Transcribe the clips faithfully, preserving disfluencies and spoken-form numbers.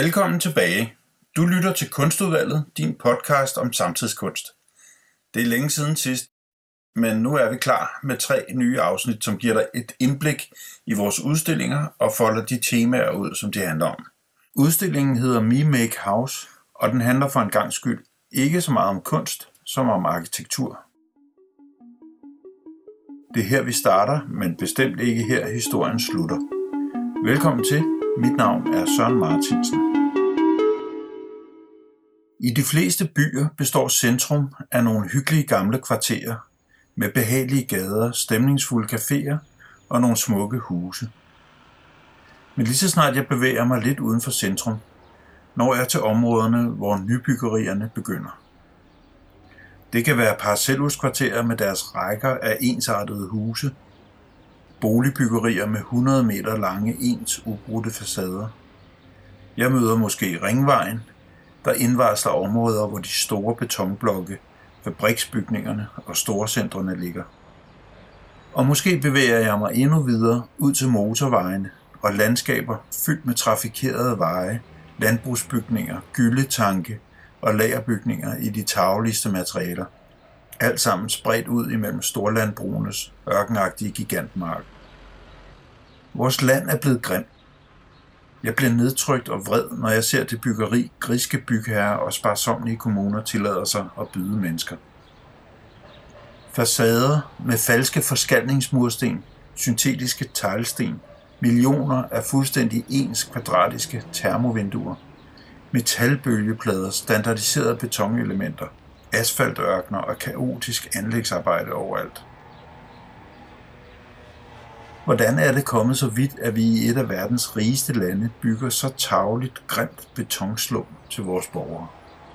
Velkommen tilbage. Du lytter til Kunstudvalget, din podcast om samtidskunst. Det er længe siden sidst, men nu er vi klar med tre nye afsnit, som giver dig et indblik i vores udstillinger og folder de temaer ud, som de handler om. Udstillingen hedder Me Make House, og den handler for en gangs skyld ikke så meget om kunst, som om arkitektur. Det er her, vi starter, men bestemt ikke her, historien slutter. Velkommen til. Mit navn er Søren Martinsen. I de fleste byer består centrum af nogle hyggelige gamle kvarterer med behagelige gader, stemningsfulde caféer og nogle smukke huse. Men lige så snart jeg bevæger mig lidt uden for centrum, når jeg til områderne, hvor nybyggerierne begynder. Det kan være parcelhuskvarterer med deres rækker af ensartede huse, boligbyggerier med hundrede meter lange ens ubrudte facader. Jeg møder måske Ringvejen, der indvarsler områder, hvor de store betonblokke, fabriksbygningerne og storcentrene ligger. Og måske bevæger jeg mig endnu videre ud til motorvejene og landskaber fyldt med trafikerede veje, landbrugsbygninger, gyldetanke og lagerbygninger i de tarveligste materialer. Alt sammen spredt ud imellem storlandbrugenes ørkenagtige gigantmark. Vores land er blevet grimt. Jeg bliver nedtrykt og vred, når jeg ser det byggeri, griske bygherrer og sparsomlige kommuner tillader sig at byde mennesker. Facader med falske forskalningsmursten, syntetiske teglsten, millioner af fuldstændig ens kvadratiske termovinduer, metalbølgeplader, standardiserede betonelementer, asfaltørkner og kaotisk anlægsarbejde overalt. Hvordan er det kommet så vidt, at vi i et af verdens rigeste lande bygger så tarveligt, grimt betonslå til vores borgere?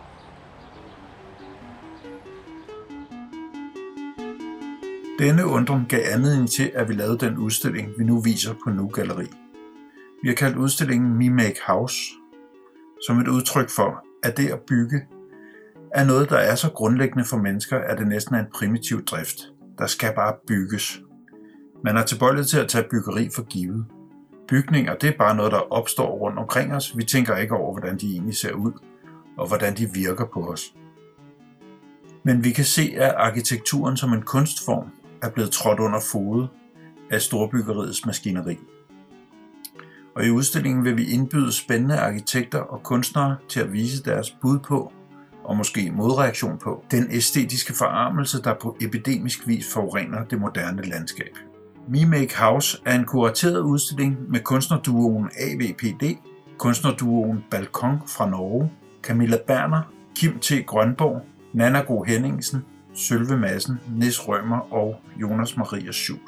Denne undren gav anledning til, at vi lavede den udstilling, vi nu viser på Nu Galleri. Vi har kaldt udstillingen Me Make House, som et udtryk for, at det at bygge er noget, der er så grundlæggende for mennesker, at det næsten er en primitiv drift. Der skal bare bygges. Man er tilbøjelig til at tage byggeri for givet. Bygninger, det er bare noget, der opstår rundt omkring os. Vi tænker ikke over, hvordan de egentlig ser ud, og hvordan de virker på os. Men vi kan se, at arkitekturen som en kunstform er blevet trådt under fode af storbyggeriets maskineri. Og i udstillingen vil vi indbyde spændende arkitekter og kunstnere til at vise deres bud på, og måske modreaktion på, den æstetiske forarmelse, der på epidemisk vis forurener det moderne landskab. Me Make House er en kurateret udstilling med kunstnerduoen A V P D, kunstnerduoen Balkon fra Norge, Camilla Berner, Kim T. Grønborg, Nanna Gro Henningsen, Sølve Madsen, Nis Rømer og Jonas Maria Schul.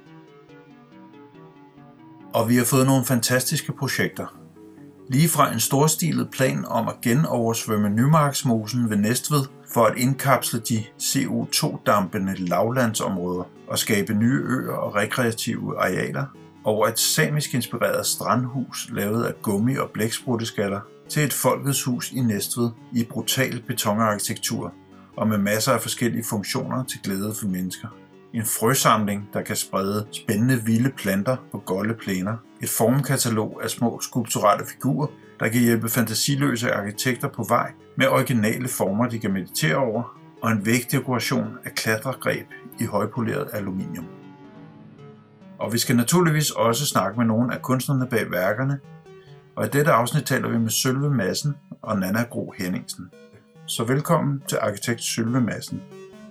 Og vi har fået nogle fantastiske projekter. Lige fra en storstilet plan om at genoversvømme Nymarksmosen ved Næstved for at indkapsle de C O to dampende lavlandsområder og skabe nye øer og rekreative arealer, over et samisk inspireret strandhus lavet af gummi og blækspruteskaller til et folkets hus i Næstved i brutal betonarkitektur og med masser af forskellige funktioner til glæde for mennesker. En frøsamling, der kan sprede spændende vilde planter på golde plæner. Et formkatalog af små skulpturelle figurer, der kan hjælpe fantasiløse arkitekter på vej med originale former, de kan meditere over, og en vægdekoration af klatregreb i højpoleret aluminium. Og vi skal naturligvis også snakke med nogle af kunstnerne bag værkerne, og i dette afsnit taler vi med Sølve Madsen og Nanna Gro Henningsen. Så velkommen til arkitekt Sølve Madsen.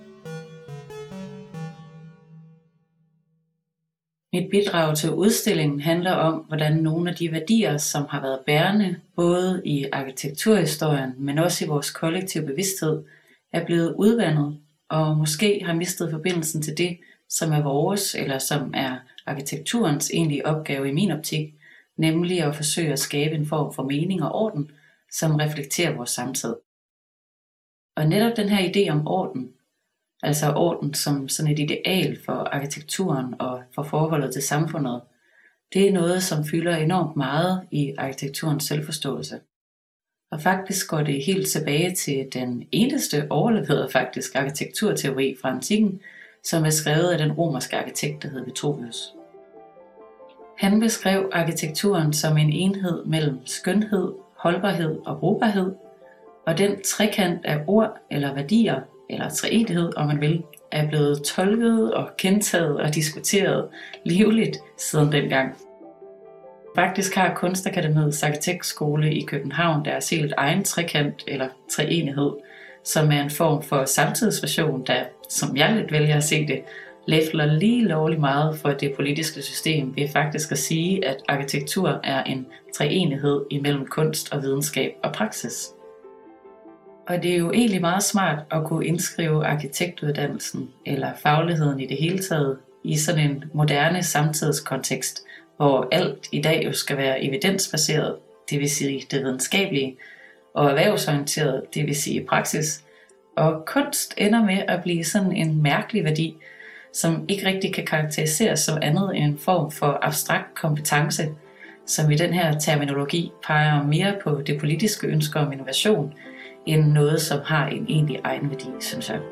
Mit bidrag til udstillingen handler om, hvordan nogle af de værdier, som har været bærende både i arkitekturhistorien, men også i vores kollektive bevidsthed, er blevet udvandet og måske har mistet forbindelsen til det, som er vores, eller som er arkitekturens egentlige opgave i min optik, nemlig at forsøge at skabe en form for mening og orden, som reflekterer vores samtid. Og netop den her idé om orden, altså orden som sådan et ideal for arkitekturen og for forholdet til samfundet, det er noget, som fylder enormt meget i arkitekturens selvforståelse. Og faktisk går det helt tilbage til den eneste overleverede faktisk arkitekturteori fra antikken, som er skrevet af den romerske arkitekt, der hed Vitruvius. Han beskrev arkitekturen som en enhed mellem skønhed, holdbarhed og brugbarhed, og den trekant af ord eller værdier, eller treenighed, om man vil, er blevet tolket og gentaget og diskuteret livligt siden dengang. Faktisk har Kunstakademiets Arkitektskole i København deres helt egen trekant eller treenighed, som er en form for samtidsversion, der, som jeg lidt vælger at se det, læfler lige lovligt meget for det politiske system ved faktisk at sige, at arkitektur er en treenighed imellem kunst og videnskab og praksis. Og det er jo egentlig meget smart at kunne indskrive arkitektuddannelsen eller fagligheden i det hele taget i sådan en moderne samtidskontekst, hvor alt i dag jo skal være evidensbaseret, det vil sige det videnskabelige, og erhvervsorienteret, det vil sige praksis. Og kunst ender med at blive sådan en mærkelig værdi, som ikke rigtig kan karakteriseres som andet end en form for abstrakt kompetence, som i den her terminologi peger mere på det politiske ønske om innovation, end noget, som har en egentlig egenværdi, synes jeg.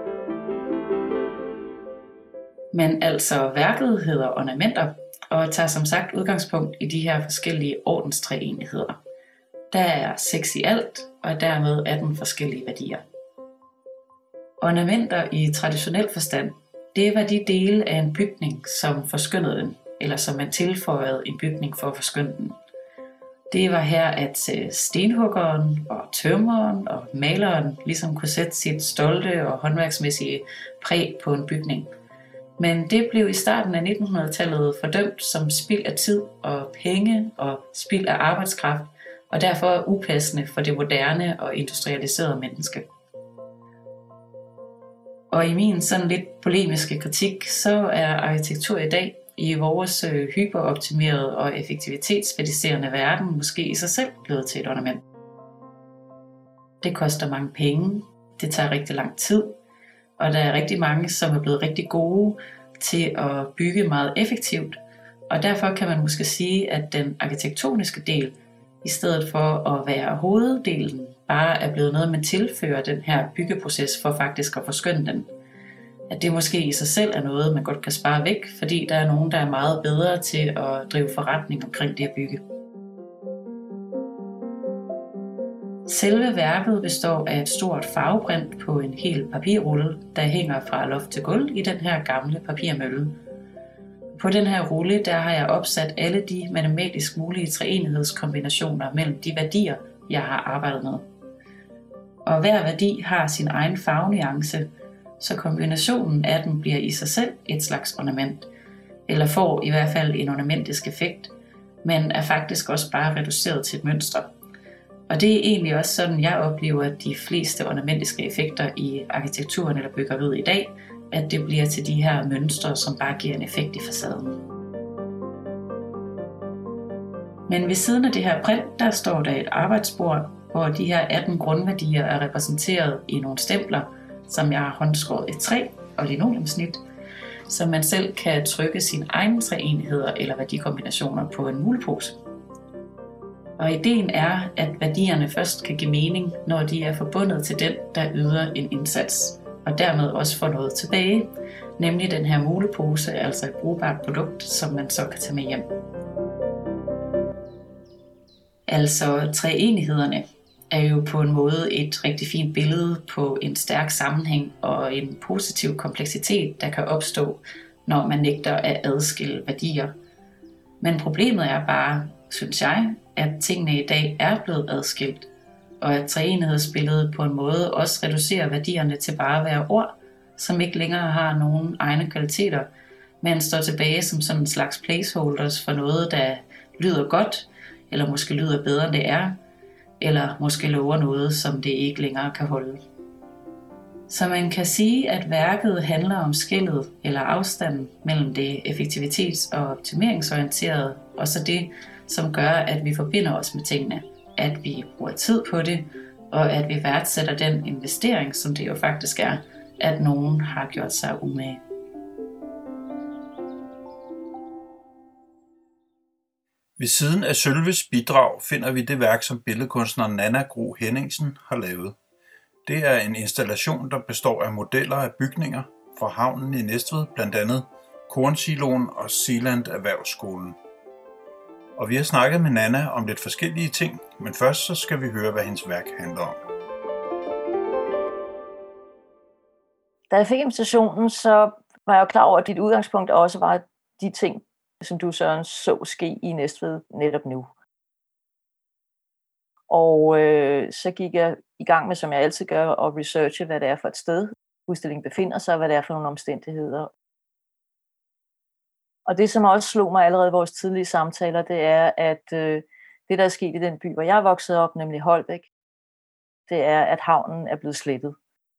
Men altså, værket hedder ornamenter, og tager som sagt udgangspunkt i de her forskellige ordenstreenigheder. Der er seks i alt, og dermed atten forskellige værdier. Ornamenter i traditionel forstand, det var de dele af en bygning, som forskønnede den, eller som man tilføjede en bygning for at forskønne den. Det var her, at stenhuggeren og tømreren og maleren ligesom kunne sætte sit stolte og håndværksmæssige præg på en bygning. Men det blev i starten af nittenhundredetallet fordømt som spild af tid og penge og spild af arbejdskraft, og derfor upassende for det moderne og industrialiserede menneske. Og i min sådan lidt polemiske kritik, så er arkitektur i dag i vores hyperoptimerede og effektivitetsfetiserende verden måske i sig selv blevet til et ornament. Det koster mange penge, det tager rigtig lang tid, og der er rigtig mange, som er blevet rigtig gode til at bygge meget effektivt, og derfor kan man måske sige, at den arkitektoniske del, i stedet for at være hoveddelen, bare er blevet noget, man tilfører den her byggeproces for faktisk at forskønne den. At det måske i sig selv er noget, man godt kan spare væk, fordi der er nogen, der er meget bedre til at drive forretning omkring det at bygge. Selve værket består af et stort farveprint på en hel papirrulle, der hænger fra loft til gulv i den her gamle papirmølle. På den her rulle, der har jeg opsat alle de matematisk mulige treenighedskombinationer mellem de værdier, jeg har arbejdet med. Og hver værdi har sin egen farvenuance, så kombinationen af dem bliver i sig selv et slags ornament, eller får i hvert fald en ornamentisk effekt, men er faktisk også bare reduceret til et mønster. Og det er egentlig også sådan, jeg oplever de fleste ornamentiske effekter i arkitekturen eller byggeriet i dag, at det bliver til de her mønstre, som bare giver en effekt i facaden. Men ved siden af det her print, der står der et arbejdsbord, hvor de her atten grundværdier er repræsenteret i nogle stempler, som jeg har håndskåret i træ og linoleumsnit, så man selv kan trykke sine egne treenigheder eller værdikombinationer på en mulepose. Og ideen er, at værdierne først kan give mening, når de er forbundet til den, der yder en indsats, og dermed også får noget tilbage, nemlig den her mulepose, altså et brugbart produkt, som man så kan tage med hjem. Altså treenighederne er jo på en måde et rigtig fint billede på en stærk sammenhæng og en positiv kompleksitet, der kan opstå, når man nægter at adskille værdier. Men problemet er bare, synes jeg, at tingene i dag er blevet adskilt, og at treenighedsbilledet på en måde også reducerer værdierne til bare at være ord, som ikke længere har nogen egne kvaliteter, men står tilbage som sådan en slags placeholders for noget, der lyder godt, eller måske lyder bedre end det er, eller måske lover noget, som det ikke længere kan holde. Så man kan sige, at værket handler om skellet eller afstanden mellem det effektivitets- og optimeringsorienterede, og så det, som gør, at vi forbinder os med tingene, at vi bruger tid på det, og at vi værdsætter den investering, som det jo faktisk er, at nogen har gjort sig umage. Ved siden af Sølves bidrag finder vi det værk, som billedkunstneren Nanna Gro Henningsen har lavet. Det er en installation, der består af modeller af bygninger fra havnen i Næstved, blandt andet Kornsiloen og Zealand Erhvervsskolen. Og vi har snakket med Nanna om lidt forskellige ting, men først så skal vi høre, hvad hendes værk handler om. Da jeg fik invitationen, så var jeg jo klar over, at dit udgangspunkt også var de ting, som du, Søren, så ske i Næstved netop nu. Og øh, så gik jeg i gang med, som jeg altid gør, at researche, hvad det er for et sted, udstillingen befinder sig, og hvad det er for nogle omstændigheder. Og det, som også slog mig allerede i vores tidlige samtaler, det er, at øh, det, der er sket i den by, hvor jeg er vokset op, nemlig Holbæk, det er, at havnen er blevet slettet.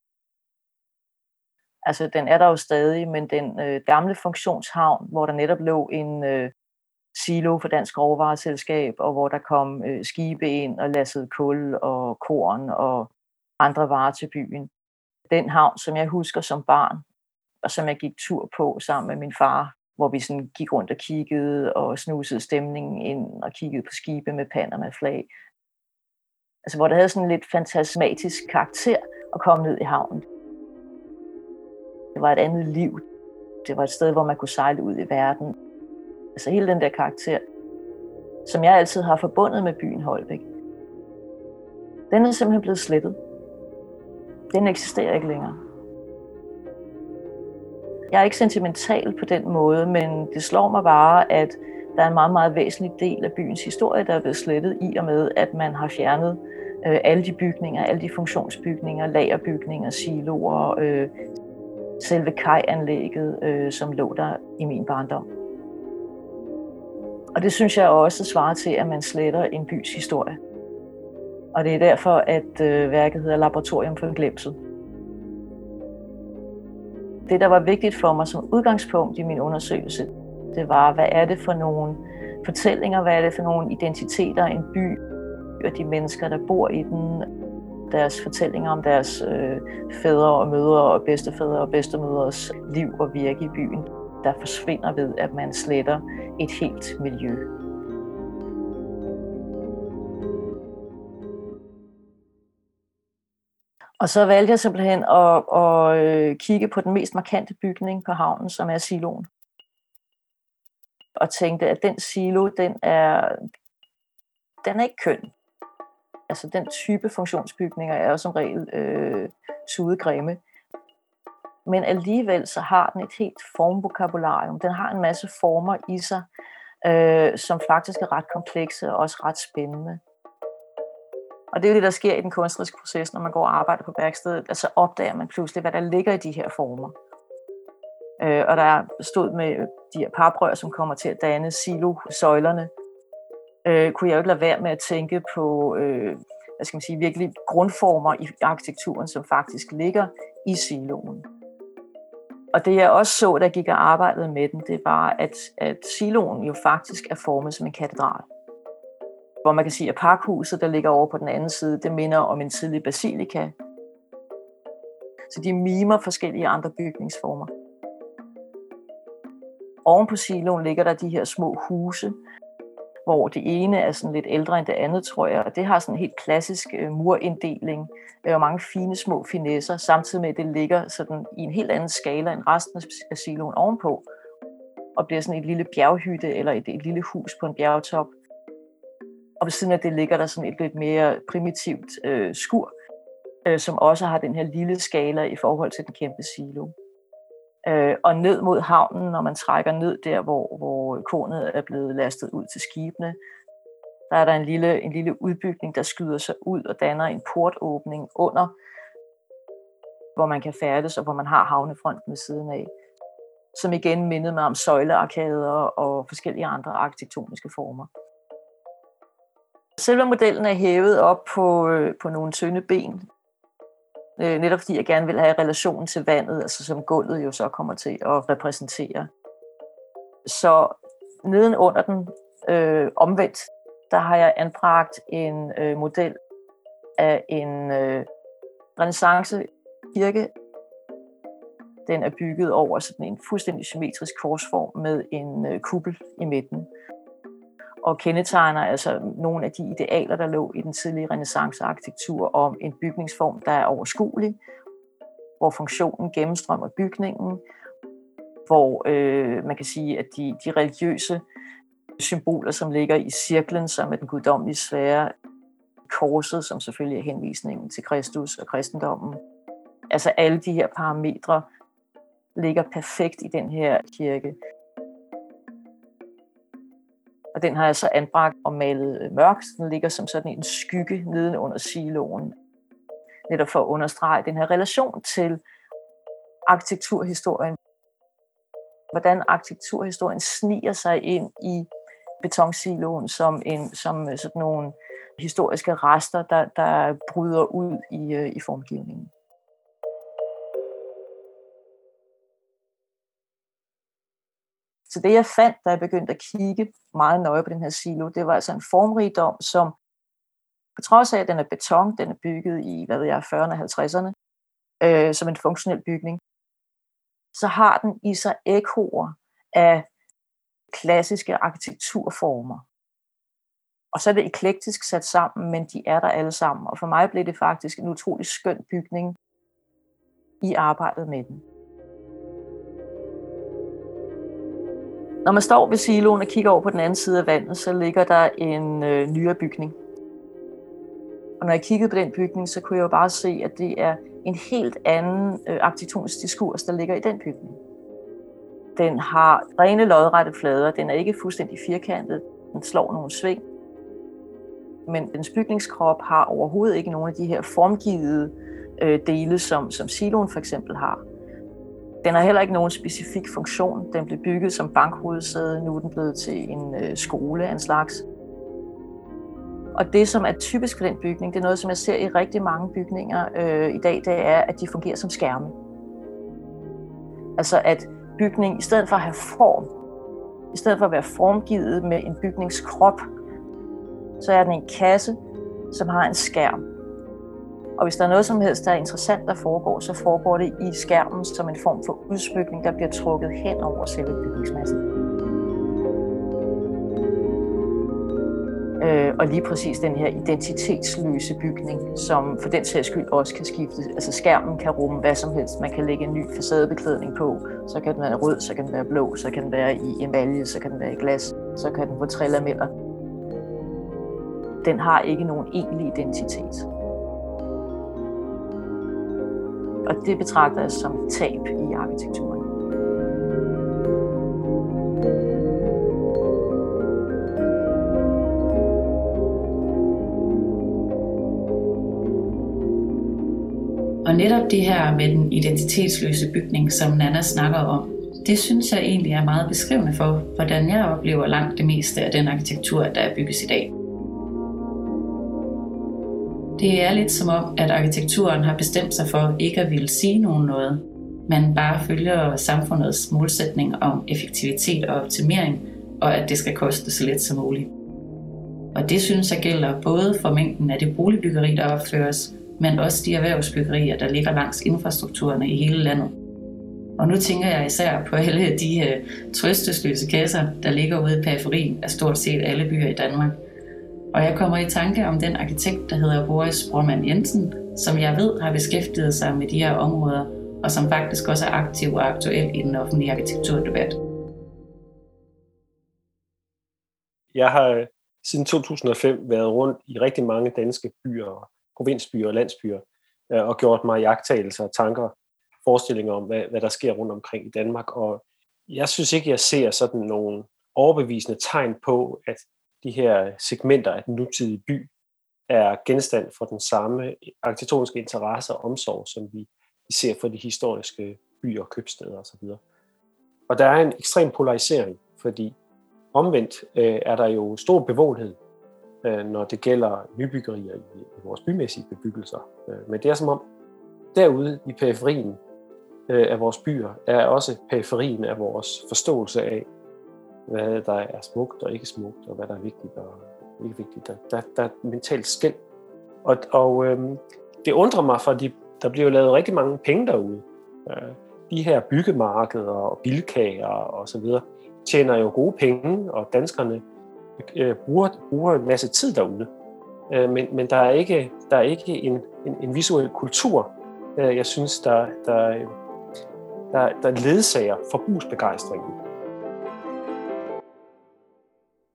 Altså, den er der jo stadig, men den øh, gamle funktionshavn, hvor der netop lå en øh, silo for Dansk Råvareselskab, og hvor der kom øh, skibe ind og lassede kul og korn og andre varer til byen. Den havn, som jeg husker som barn, og som jeg gik tur på sammen med min far, hvor vi sådan gik rundt og kiggede og snusede stemningen ind og kiggede på skibe med Panama-flag. Altså, hvor det havde sådan lidt fantasmatisk karakter at komme ned i havnen. Det var et andet liv. Det var et sted, hvor man kunne sejle ud i verden. Altså hele den der karakter, som jeg altid har forbundet med byen Holbæk, den er simpelthen blevet slettet. Den eksisterer ikke længere. Jeg er ikke sentimental på den måde, men det slår mig bare, at der er en meget, meget væsentlig del af byens historie, der er blevet slettet i og med, at man har fjernet øh, alle de bygninger, alle de funktionsbygninger, lagerbygninger, siloer, øh, selve kajanlægget, øh, som lå der i min barndom. Og det synes jeg også svarer til, at man sletter en bys historie. Og det er derfor, at øh, værket hedder Laboratorium for Glemsel. Det, der var vigtigt for mig som udgangspunkt i min undersøgelse, det var, hvad er det for nogle fortællinger, hvad er det for nogle identiteter, en by, og de mennesker, der bor i den, deres fortællinger om deres øh, fædre og mødre og bedstefædre og bedstemødres liv og virke i byen, der forsvinder ved, at man sletter et helt miljø. Og så valgte jeg simpelthen at, at, at kigge på den mest markante bygning på havnen, som er siloen. Og tænkte, at den silo, den er, den er ikke køn. Altså den type funktionsbygninger er jo som regel øh, tudegrimme. Men alligevel så har den et helt formvokabularium. Den har en masse former i sig, øh, som faktisk er ret komplekse og også ret spændende. Og det er jo det, der sker i den kunstneriske proces, når man går og arbejder på værkstedet. Altså opdager man pludselig, hvad der ligger i de her former. Øh, og der stod med de her paprør, som kommer til at danne silosøjlerne. Øh, kunne jeg jo ikke lade være med at tænke på øh, hvad skal man sige, virkelig grundformer i arkitekturen, som faktisk ligger i siloen. Og det jeg også så, da jeg gik og arbejdede med den, det var, at, at siloen jo faktisk er formet som en katedral. Hvor man kan sige, at parkhuset, der ligger over på den anden side, det minder om en tidlig basilika. Så de mimer forskellige andre bygningsformer. Oven på siloen ligger der de her små huse, hvor det ene er sådan lidt ældre end det andet, tror jeg. Og det har sådan en helt klassisk øh, murinddeling og mange fine små finesser, samtidig med, at det ligger sådan i en helt anden skala end resten af siloen ovenpå. Og bliver sådan et lille bjerghytte eller et, et lille hus på en bjergtop. Og ved siden af det ligger der sådan et lidt mere primitivt øh, skur, øh, som også har den her lille skala i forhold til den kæmpe silo. Øh, og ned mod havnen, når man trækker ned der, hvor, hvor kornet er blevet lastet ud til skibene, der er der en lille, en lille udbygning, der skyder sig ud og danner en portåbning under, hvor man kan færdes, og hvor man har havnefronten ved siden af, som igen mindede mig om søjlearkader og forskellige andre arkitektoniske former. Selve modellen er hævet op på, på nogle tynde ben, øh, netop fordi jeg gerne vil have relationen til vandet, altså som gulvet jo så kommer til at repræsentere. Så nedenunder den, øh, omvendt, der har jeg anbragt en øh, model af en øh, renæssancekirke. Den er bygget over sådan en fuldstændig symmetrisk korsform med en øh, kuppel i midten. Og kendetegner altså nogle af de idealer, der lå i den tidlige renæssancearkitektur om en bygningsform, der er overskuelig, hvor funktionen gennemstrømmer bygningen, hvor øh, man kan sige, at de, de religiøse symboler, som ligger i cirklen, som er den guddommelige sfære, korset, som selvfølgelig er henvisningen til Kristus og kristendommen. Altså alle de her parametre ligger perfekt i den her kirke. Og den har jeg så anbragt og malet mørk. Den ligger som sådan en skygge neden under siloen. Netop for at understrege den her relation til arkitekturhistorien. Hvordan arkitekturhistorien sniger sig ind i betonsiloen som, en, som sådan nogle historiske rester, der, der bryder ud i, i formgivningen. Så det jeg fandt, da jeg begyndte at kigge meget nøje på den her silo, det var altså en formrigdom, som på trods af, at den er beton, den er bygget i, hvad ved jeg, fyrrerne og halvtredserne, øh, som en funktionel bygning, så har den i sig ekkoer af klassiske arkitekturformer. Og så er det eklektisk sat sammen, men de er der alle sammen. Og for mig blev det faktisk en utrolig skøn bygning i arbejdet med den. Når man står ved siloen og kigger over på den anden side af vandet, så ligger der en øh, nyere bygning. Og når jeg kiggede på den bygning, så kunne jeg jo bare se, at det er en helt anden øh, arkitektonisk diskurs, der ligger i den bygning. Den har rene lodrette flader, den er ikke fuldstændig firkantet, den slår nogle sving. Men dens bygningskrop har overhovedet ikke nogen af de her formgivede øh, dele, som, som siloen for eksempel har. Den har heller ikke nogen specifik funktion. Den blev bygget som bankhovedsæde, nu er den blevet til en øh, skole af en slags. Og det, som er typisk for den bygning, det er noget, som jeg ser i rigtig mange bygninger øh, i dag, det er, at de fungerer som skærme. Altså at bygningen, i stedet for at have form, i stedet for at være formgivet med en bygningskrop, så er den en kasse, som har en skærm. Og hvis der er noget som helst, der er interessant, der foregår, så foregår det i skærmen som en form for udsmykning, der bliver trukket hen over selve bygningsmassen. Øh, og lige præcis den her identitetsløse bygning, som for den sags skyld også kan skifte. Altså skærmen kan rumme hvad som helst. Man kan lægge en ny facadebeklædning på. Så kan den være rød, så kan den være blå, så kan den være i emalje, så kan den være i glas, så kan den få trælameller. Den har ikke nogen egentlig identitet. Og det betragter jeg som et tab i arkitekturen. Og netop det her med den identitetsløse bygning, som Nanna snakker om, det synes jeg egentlig er meget beskrivende for, hvordan jeg oplever langt det meste af den arkitektur, der bygges i dag. Det er lidt som om, at arkitekturen har bestemt sig for ikke at ville sige nogen noget, men bare følger samfundets målsætning om effektivitet og optimering, og at det skal koste så lidt som muligt. Og det synes jeg gælder både for mængden af det boligbyggeri, der opføres, men også de erhvervsbyggerier, der ligger langs infrastrukturerne i hele landet. Og nu tænker jeg især på alle de uh, trøstesløse kasser, der ligger ude i periferien af stort set alle byer i Danmark. Og jeg kommer i tanke om den arkitekt, der hedder Boris Bromann Jensen, som jeg ved har beskæftiget sig med de her områder, og som faktisk også er aktiv og aktuel i den offentlige arkitekturdebat. Jeg har siden to tusind og fem været rundt i rigtig mange danske byer, provinsbyer og landsbyer, og gjort mig iagttagelser, tanker, forestillinger om, hvad, hvad der sker rundt omkring i Danmark. Og jeg synes ikke, jeg ser sådan nogle overbevisende tegn på, at de her segmenter af den nutidige by er genstand for den samme arkitektoniske interesse og omsorg, som vi ser for de historiske byer, købsteder osv. Og der er en ekstrem polarisering, fordi omvendt øh, er der jo stor bevågenhed, øh, når det gælder nybyggerier i, i vores bymæssige bebyggelser. Øh, men det er som om, derude i periferien øh, af vores byer, er også periferien af vores forståelse af, hvad der er smukt og ikke smukt, og hvad der er vigtigt og ikke vigtigt. Der, der, der er et mentalt skel. Og, og øhm, det undrer mig, fordi der bliver lavet rigtig mange penge derude. Øh, de her byggemarkeder og bilkager og så videre tjener jo gode penge, og danskerne øh, bruger, bruger en masse tid derude. Øh, men, men der er ikke, der er ikke en, en, en visuel kultur, øh, jeg synes, der, der, der, der ledsager forbrugsbegejstringen.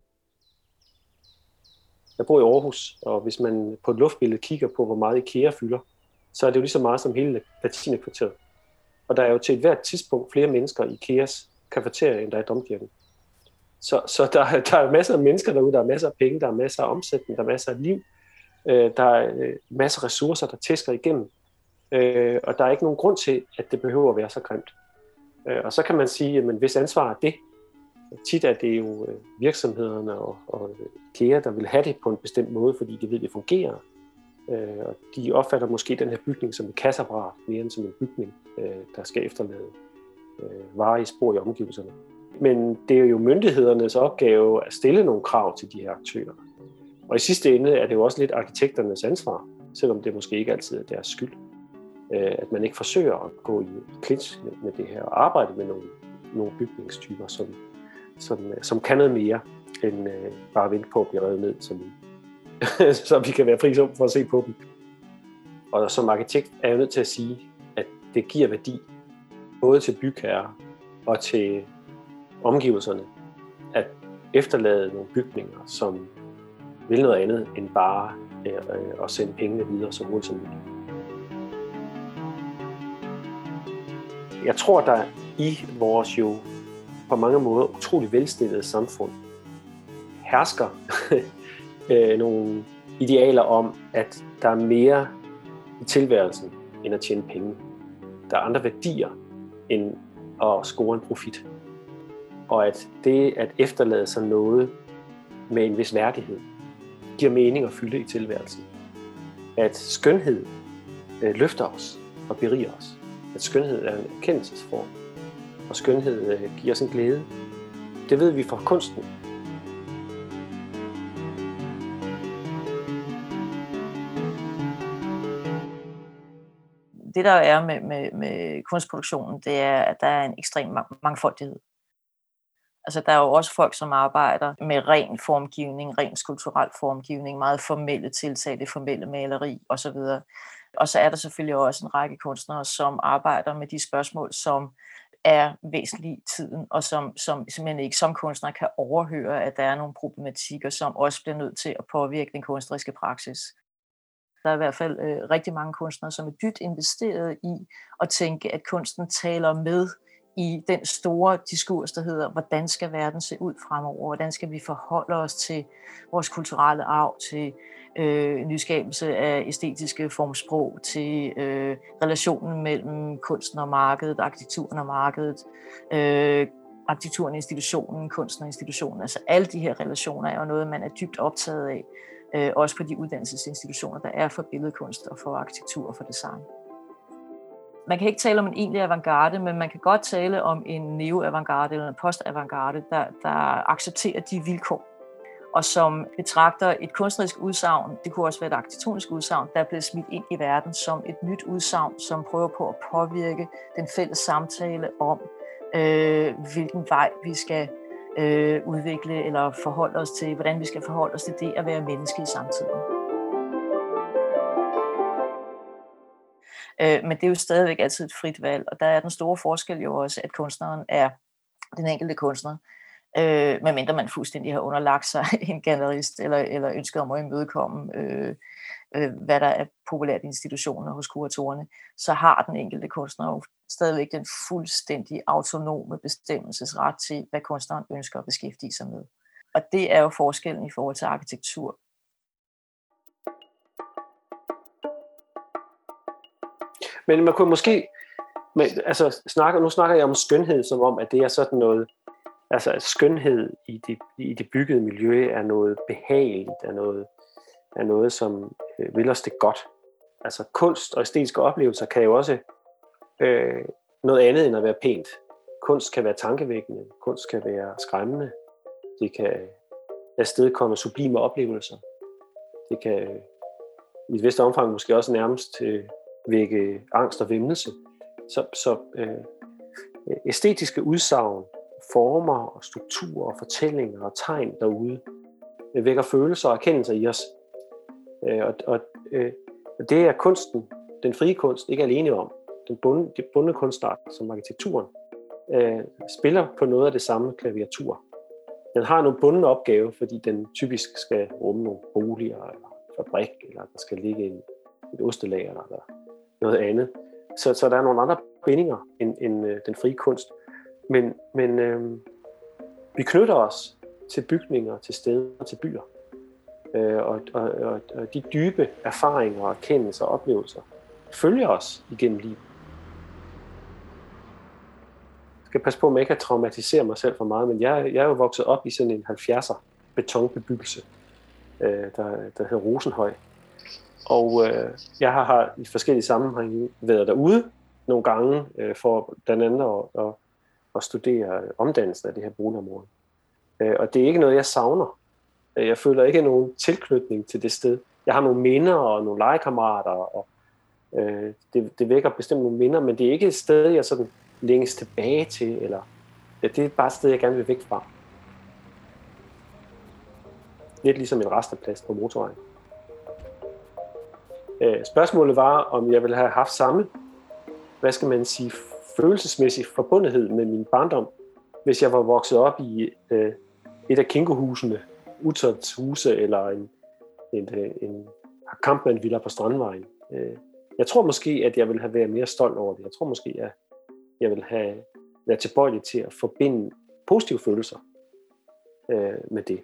Jeg bor i Aarhus, og hvis man på et luftbillede kigger på, hvor meget IKEA fylder, så er det jo lige så meget som hele Latinekvarteret. Og der er jo til et hvert tidspunkt flere mennesker i IKEAs kafeteria, end der er i Domkirken. Så, så der, der er masser af mennesker derude, der er masser af penge, der er masser af omsætning, der er masser af liv, øh, der er øh, masser af ressourcer, der tæsker igennem. Øh, og der er ikke nogen grund til, at det behøver at være så grimt. Øh, og så kan man sige, at hvis ansvar er det, tit er det jo virksomhederne og, og IKEA, der vil have det på en bestemt måde, fordi de ved, at det fungerer. Øh, og de opfatter måske den her bygning som et kasseapparat, mere end som en bygning, øh, der skal efterlade øh, varige spor i omgivelserne. Men det er jo myndighedernes opgave at stille nogle krav til de her aktører. Og i sidste ende er det jo også lidt arkitekternes ansvar, selvom det måske ikke altid er deres skyld, øh, at man ikke forsøger at gå i clinch med, med det her og arbejde med nogle, nogle bygningstyper, som, som, som kan noget mere end øh, bare vente på at blive revet ned, som, så vi kan være fri for at se på dem. Og som arkitekt er jeg nødt til at sige, at det giver værdi både til bygherrer og til omgivelserne at efterlade nogle bygninger, som vil noget andet end bare øh, at sende pengene videre så hurtigt som muligt. Jeg tror, der i vores jo på mange måder utrolig velstillede samfund hersker øh, nogle idealer om, at der er mere i tilværelsen end at tjene penge. Der er andre værdier end at score en profit. Og at det at efterlade sig noget med en vis værdighed giver mening og fylde i tilværelsen. At skønhed øh, løfter os og beriger os. At skønhed er en erkendelsesform. Og skønhed øh, giver os en glæde. Det ved vi fra kunsten. Det der er med, med, med kunstproduktionen, det er, at der er en ekstrem mangfoldighed. Altså, der er jo også folk, som arbejder med ren formgivning, ren skulpturel formgivning, meget formelle tiltag, det formelle maleri osv. Og så er der selvfølgelig også en række kunstnere, som arbejder med de spørgsmål, som er væsentlige i tiden, og som, som simpelthen ikke som kunstner kan overhøre, at der er nogle problematikker, som også bliver nødt til at påvirke den kunstneriske praksis. Der er i hvert fald øh, rigtig mange kunstnere, som er dybt investeret i at tænke, at kunsten taler med i den store diskurs, der hedder, hvordan skal verden se ud fremover? Hvordan skal vi forholde os til vores kulturelle arv, til øh, nyskabelse af æstetiske formsprog, til øh, relationen mellem kunsten og markedet, arkitekturen og markedet, øh, arkitekturen og institutionen, kunsten og institutionen. Altså alle de her relationer er jo noget, man er dybt optaget af, øh, også på de uddannelsesinstitutioner, der er for billedkunst og for arkitektur og for design. Man kan ikke tale om en egentlig avantgarde, men man kan godt tale om en neo-avantgarde eller en post-avantgarde, der, der accepterer de vilkår, og som betragter et kunstnerisk udsagn, det kunne også være et arkitektonisk udsagn, der er blevet smidt ind i verden som et nyt udsagn, som prøver på at påvirke den fælles samtale om, øh, hvilken vej vi skal øh, udvikle eller forholde os til, hvordan vi skal forholde os til det at være menneske i samtiden. Men det er jo stadigvæk altid et frit valg, og der er den store forskel jo også, at kunstneren er den enkelte kunstner, øh, medmindre man fuldstændig har underlagt sig en gallerist, eller, eller ønsket om at imødekomme, øh, øh, hvad der er populært i institutioner hos kuratorerne, så har den enkelte kunstner jo stadigvæk den fuldstændig autonome bestemmelsesret til, hvad kunstneren ønsker at beskæftige sig med. Og det er jo forskellen i forhold til arkitektur. Men man kunne måske, men, altså, snakke, nu snakker jeg om skønhed, som om, at det er sådan noget, altså at skønhed i det, i det byggede miljø er noget behageligt, er noget, er noget som øh, vil os det godt. Altså kunst og æstetiske oplevelser kan jo også øh, noget andet end at være pænt. Kunst kan være tankevækkende, kunst kan være skræmmende, det kan afstedkomme sublime oplevelser, det kan øh, i et vist omfang måske også nærmest øh, vække angst og væmmelse. Så, så øh, æstetiske udsagn, former og strukturer og fortællinger og tegn derude øh, vækker følelser og erkendelser i os. Øh, og og øh, det er kunsten, den frie kunst, ikke alene om. Den bunde, de bundne kunstart, som arkitekturen, øh, spiller på noget af det samme klaviatur. Den har nogle bundne opgave, fordi den typisk skal rumme nogle boliger eller fabrik, eller der skal ligge en, et ostelager eller noget andet. Så, så der er nogle andre bindinger end, end øh, den frie kunst. Men, men øh, vi knytter os til bygninger, til steder, til byer. Øh, og, og, og, og de dybe erfaringer, erkendelser og oplevelser følger os igennem livet. Jeg skal passe på, at man ikke kan traumatisere mig selv for meget, men jeg, jeg er jo vokset op i sådan en halvfjerdser betonbebyggelse, øh, der, der hedder Rosenhøj. Og øh, jeg har, har i forskellige sammenhænge været derude nogle gange øh, for blandt andet at, at, at studere omdannelsen af det her boligområde. Øh, og det er ikke noget, jeg savner. Jeg føler ikke nogen tilknytning til det sted. Jeg har nogle minder og nogle legekammerater, og øh, det, det vækker bestemt nogle minder, men det er ikke et sted, jeg sådan længes tilbage til, eller ja, det er bare et sted, jeg gerne vil væk fra. Lidt ligesom en resteplads på motorvejen. Øh, spørgsmålet var, om jeg ville have haft samme, hvad skal man sige, følelsesmæssig forbundethed med min barndom, hvis jeg var vokset op i øh, et af kinkohusene, Utons huse, eller en, en, en kampmandvilla på Strandvejen. Jeg tror måske, at jeg ville have været mere stolt over det. Jeg tror måske, at jeg ville have været tilbøjelig til at forbinde positive følelser med det.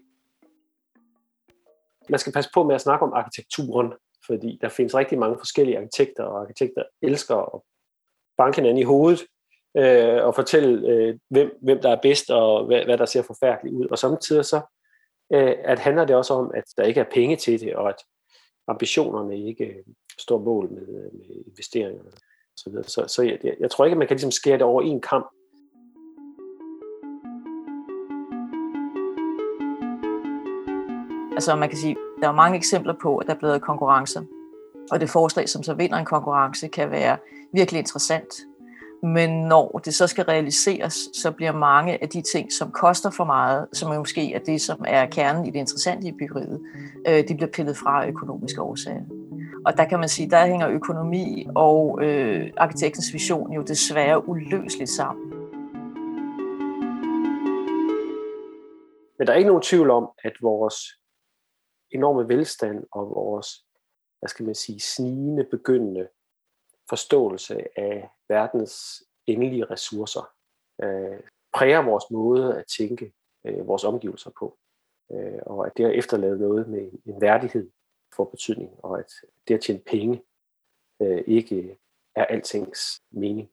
Man skal passe på med at snakke om arkitekturen, fordi der findes rigtig mange forskellige arkitekter, og arkitekter elsker at banke hinanden i hovedet og fortælle, hvem, hvem der er bedst, og hvad, hvad der ser forfærdeligt ud. Og samtidig så at handler det også om, at der ikke er penge til det, og at ambitionerne ikke står mål med, med investeringerne. Så, videre. så, så jeg, jeg tror ikke, at man kan ligesom skære det over en kamp. Altså man kan sige, der er mange eksempler på, at der er blevet konkurrencer, og det forslag, som så vinder en konkurrence, kan være virkelig interessant. Men når det så skal realiseres, så bliver mange af de ting, som koster for meget, som er måske er det, som er kernen i det interessante i byggeriet, øh, de bliver pillet fra økonomiske årsager. Og der kan man sige, der hænger økonomi og øh, arkitektens vision jo desværre uløseligt sammen. Men der er ikke nogen tvivl om, at vores enorme velstand og vores, hvad skal man sige, snigende, begyndende forståelse af verdens endelige ressourcer øh, præger vores måde at tænke øh, vores omgivelser på. Øh, og at det har efterladet noget med en værdighed for betydning, og at det at tjene penge øh, ikke er altings mening.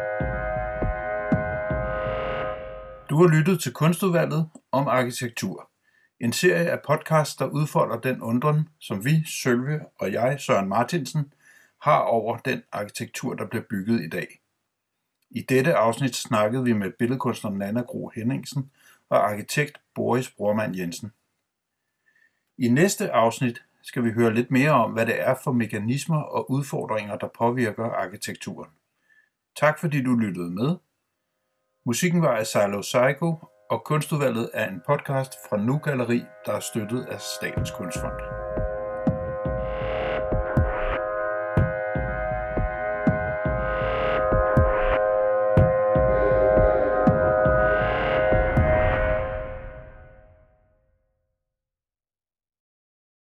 Du har lyttet til Kunstudvalget om arkitektur. En serie af podcasts, der udfolder den undren, som vi, Sølve og jeg, Søren Martinsen, har over den arkitektur, der bliver bygget i dag. I dette afsnit snakkede vi med billedkunstner Nanna Gro Henningsen og arkitekt Boris Brormand Jensen. I næste afsnit skal vi høre lidt mere om, hvad det er for mekanismer og udfordringer, der påvirker arkitekturen. Tak fordi du lyttede med. Musikken var af Silo Psycho, og Kunstudvalget er en podcast fra Nu Galleri, der er støttet af Statens Kunstfond.